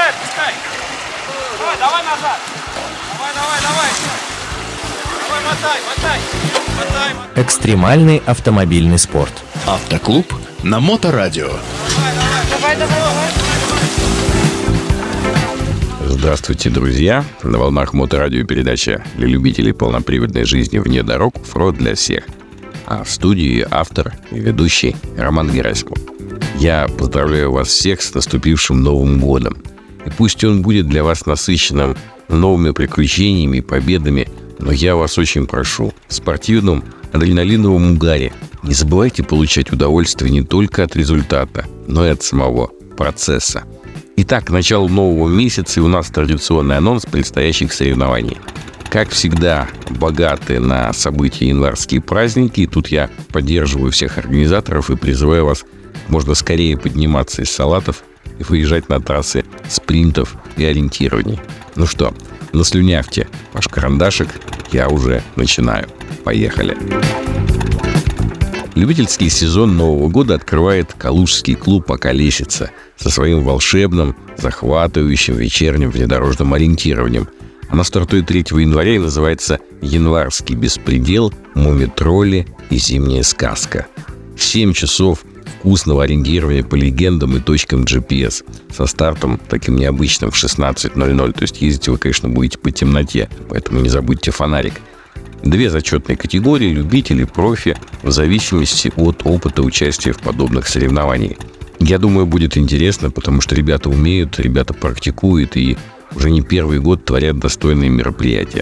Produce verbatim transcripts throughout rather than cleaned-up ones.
отпускай. Давай, давай назад. Давай, давай, давай. Давай, мотай, мотай. Мотай, мотай. Экстремальный автомобильный спорт. Автоклуб на Моторадио. Давай, давай, давай, давай. Здравствуйте, друзья! На волнах Моторадио передача для любителей полноприводной жизни вне дорог «Оффроуд для всех». А в студии автор и ведущий Роман Герасимов. Я поздравляю вас всех с наступившим Новым годом. И пусть он будет для вас насыщенным новыми приключениями и победами, но я вас очень прошу, в спортивном адреналиновом угаре не забывайте получать удовольствие не только от результата, но и от самого процесса. Итак, к началу нового месяца и у нас традиционный анонс предстоящих соревнований. Как всегда, богаты на события январские праздники. И тут я поддерживаю всех организаторов и призываю вас можно скорее подниматься из салатов и выезжать на трассы спринтов и ориентирований. Ну что, наслюнявьте ваш карандашик, я уже начинаю. Поехали! Любительский сезон Нового года открывает калужский клуб «Околесица» со своим волшебным, захватывающим вечерним внедорожным ориентированием. Она стартует третьего января и называется «Январский беспредел», «Муми-тролли» и «Зимняя сказка». Семь часов вкусного ориентирования по легендам и точкам джи пи эс со стартом таким необычным в шестнадцать ноль ноль. То есть ездить вы, конечно, будете по темноте, поэтому не забудьте фонарик. Две зачетные категории – любители, профи, в зависимости от опыта участия в подобных соревнованиях. Я думаю, будет интересно, потому что ребята умеют, ребята практикуют и уже не первый год творят достойные мероприятия.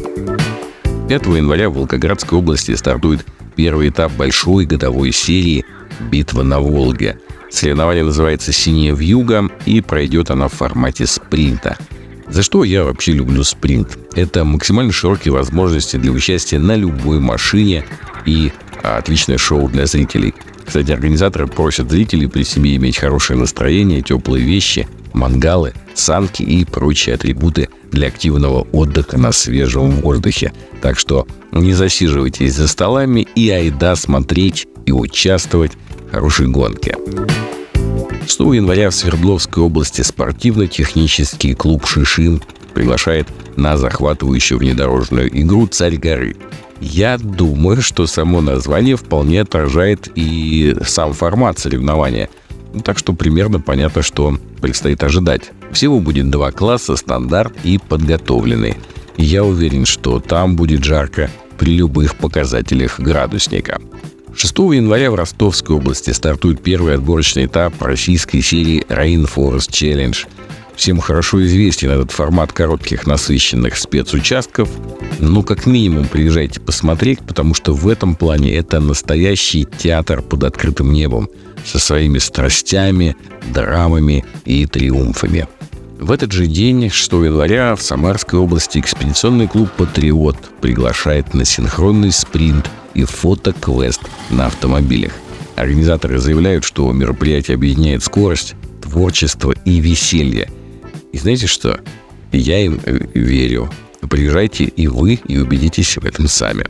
пятого января в Волгоградской области стартует первый этап большой годовой серии «Битва на Волге». Соревнование называется «Синяя вьюга» и пройдет она в формате спринта. За что я вообще люблю спринт? Это максимально широкие возможности для участия на любой машине и отличное шоу для зрителей. Кстати, организаторы просят зрителей при себе иметь хорошее настроение, теплые вещи, мангалы, санки и прочие атрибуты для активного отдыха на свежем воздухе. Так что не засиживайтесь за столами и айда смотреть и участвовать в хорошей гонке. шестого января в Свердловской области спортивно-технический клуб «Шишим» приглашает на захватывающую внедорожную игру «Царь горы». Я думаю, что само название вполне отражает и сам формат соревнования. Так что примерно понятно, что предстоит ожидать. Всего будет два класса, стандарт и подготовленный. И я уверен, что там будет жарко при любых показателях градусника. шестого января в Ростовской области стартует первый отборочный этап российской серии Rainforest Challenge. Всем хорошо известен этот формат коротких насыщенных спецучастков. Ну, как минимум, приезжайте посмотреть, потому что в этом плане это настоящий театр под открытым небом со своими страстями, драмами и триумфами. В этот же день, шестого января, в Самарской области экспедиционный клуб «Патриот» приглашает на синхронный спринт и фото-квест на автомобилях. Организаторы заявляют, что мероприятие объединяет скорость, творчество и веселье. И знаете что? Я им верю. Приезжайте и вы, и убедитесь в этом сами.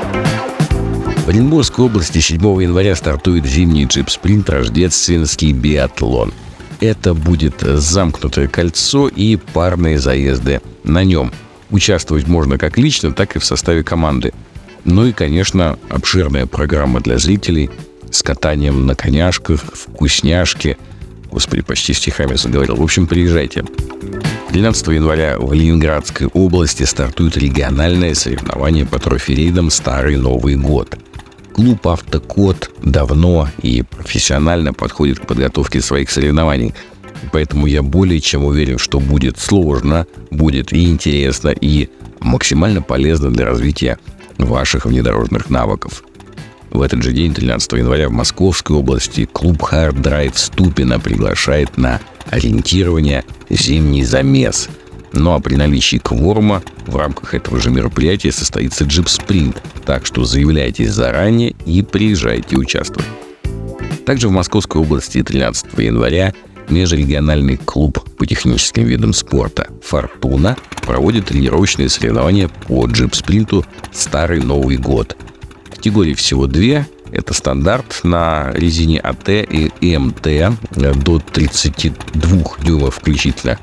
В Оренбургской области седьмого января стартует зимний джип-спринт «Рождественский биатлон». Это будет замкнутое кольцо и парные заезды на нем. Участвовать можно как лично, так и в составе команды. Ну и, конечно, обширная программа для зрителей с катанием на коняшках, вкусняшки. Господи, почти стихами заговорил. В общем, приезжайте. двенадцатого января в Ленинградской области стартует региональное соревнование по трофи-рейдам «Старый Новый год». Клуб «Автокод» давно и профессионально подходит к подготовке своих соревнований. Поэтому я более чем уверен, что будет сложно, будет и интересно, и максимально полезно для развития ваших внедорожных навыков. В этот же день, тринадцатого января, в Московской области клуб Hard Drive Ступино приглашает на ориентирование «Зимний замес». Ну а при наличии кворума в рамках этого же мероприятия состоится джип-спринт, так что заявляйтесь заранее и приезжайте участвовать. Также в Московской области тринадцатого января межрегиональный клуб по техническим видам спорта «Фортуна» проводит тренировочные соревнования по джип-спринту «Старый Новый год». Категорий всего две Это стандарт на резине АТ и МТ до тридцати двух дюймов включительно.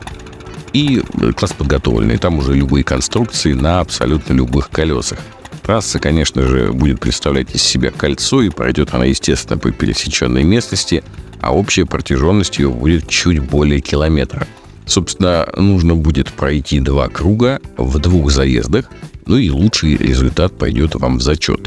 И класс подготовленный. Там уже любые конструкции на абсолютно любых колесах. Трасса, конечно же, будет представлять из себя кольцо, и пройдет она, естественно, по пересеченной местности, а общая протяженность ее будет чуть более километра. Собственно, нужно будет пройти два круга в двух заездах, ну и лучший результат пойдет вам в зачет.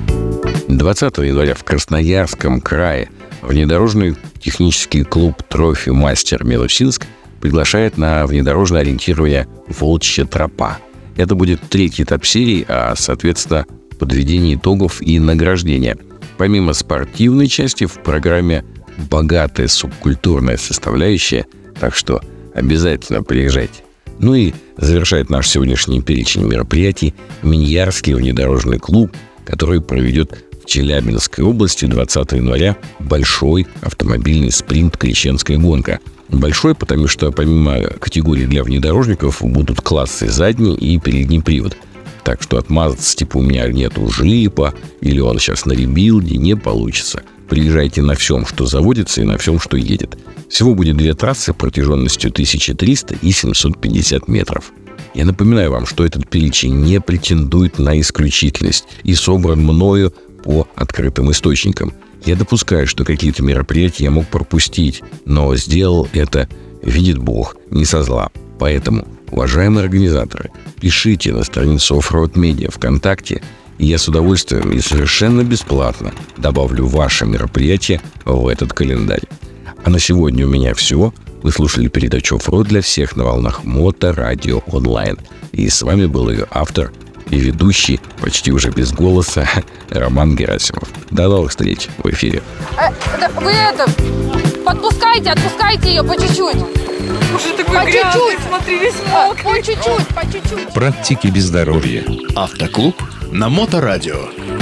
двадцатого января в Красноярском крае внедорожный технический клуб «Трофи Мастер Минусинск» приглашает на внедорожное ориентирование «Волчья тропа». Это будет третий этап серии, а, соответственно, подведение итогов и награждения. Помимо спортивной части в программе богатая субкультурная составляющая, так что обязательно приезжайте. Ну и завершает наш сегодняшний перечень мероприятий Миньярский внедорожный клуб, который проведет в Челябинской области двадцатого января большой автомобильный спринт «Крещенская гонка». Большой, потому что помимо категории для внедорожников будут классы задний и передний привод. Так что отмазаться типа «у меня нету джипа» или «он сейчас на ребилде» не получится. Приезжайте на всем, что заводится, и на всем, что едет. Всего будет две трассы протяженностью тысяча триста и семьсот пятьдесят метров. Я напоминаю вам, что этот перечень не претендует на исключительность и собран мною по открытым источникам. Я допускаю, что какие-то мероприятия я мог пропустить, но сделал это, видит Бог, не со зла. Поэтому, уважаемые организаторы, пишите на страницу Offroad Media ВКонтакте, и я с удовольствием и совершенно бесплатно добавлю ваше мероприятие в этот календарь. А на сегодня у меня все. Вы слушали передачу Offroad для всех на волнах Моторадио онлайн. И с вами был ее автор и ведущий, почти уже без голоса, Роман Герасимов. До новых встреч в эфире. А, это, вы это, подпускайте, отпускайте ее по чуть-чуть. Уже такой По грязный, чуть-чуть. смотри, весь А, мокрый. по чуть-чуть, по чуть-чуть. Практики без здоровья. Автоклуб на Моторадио.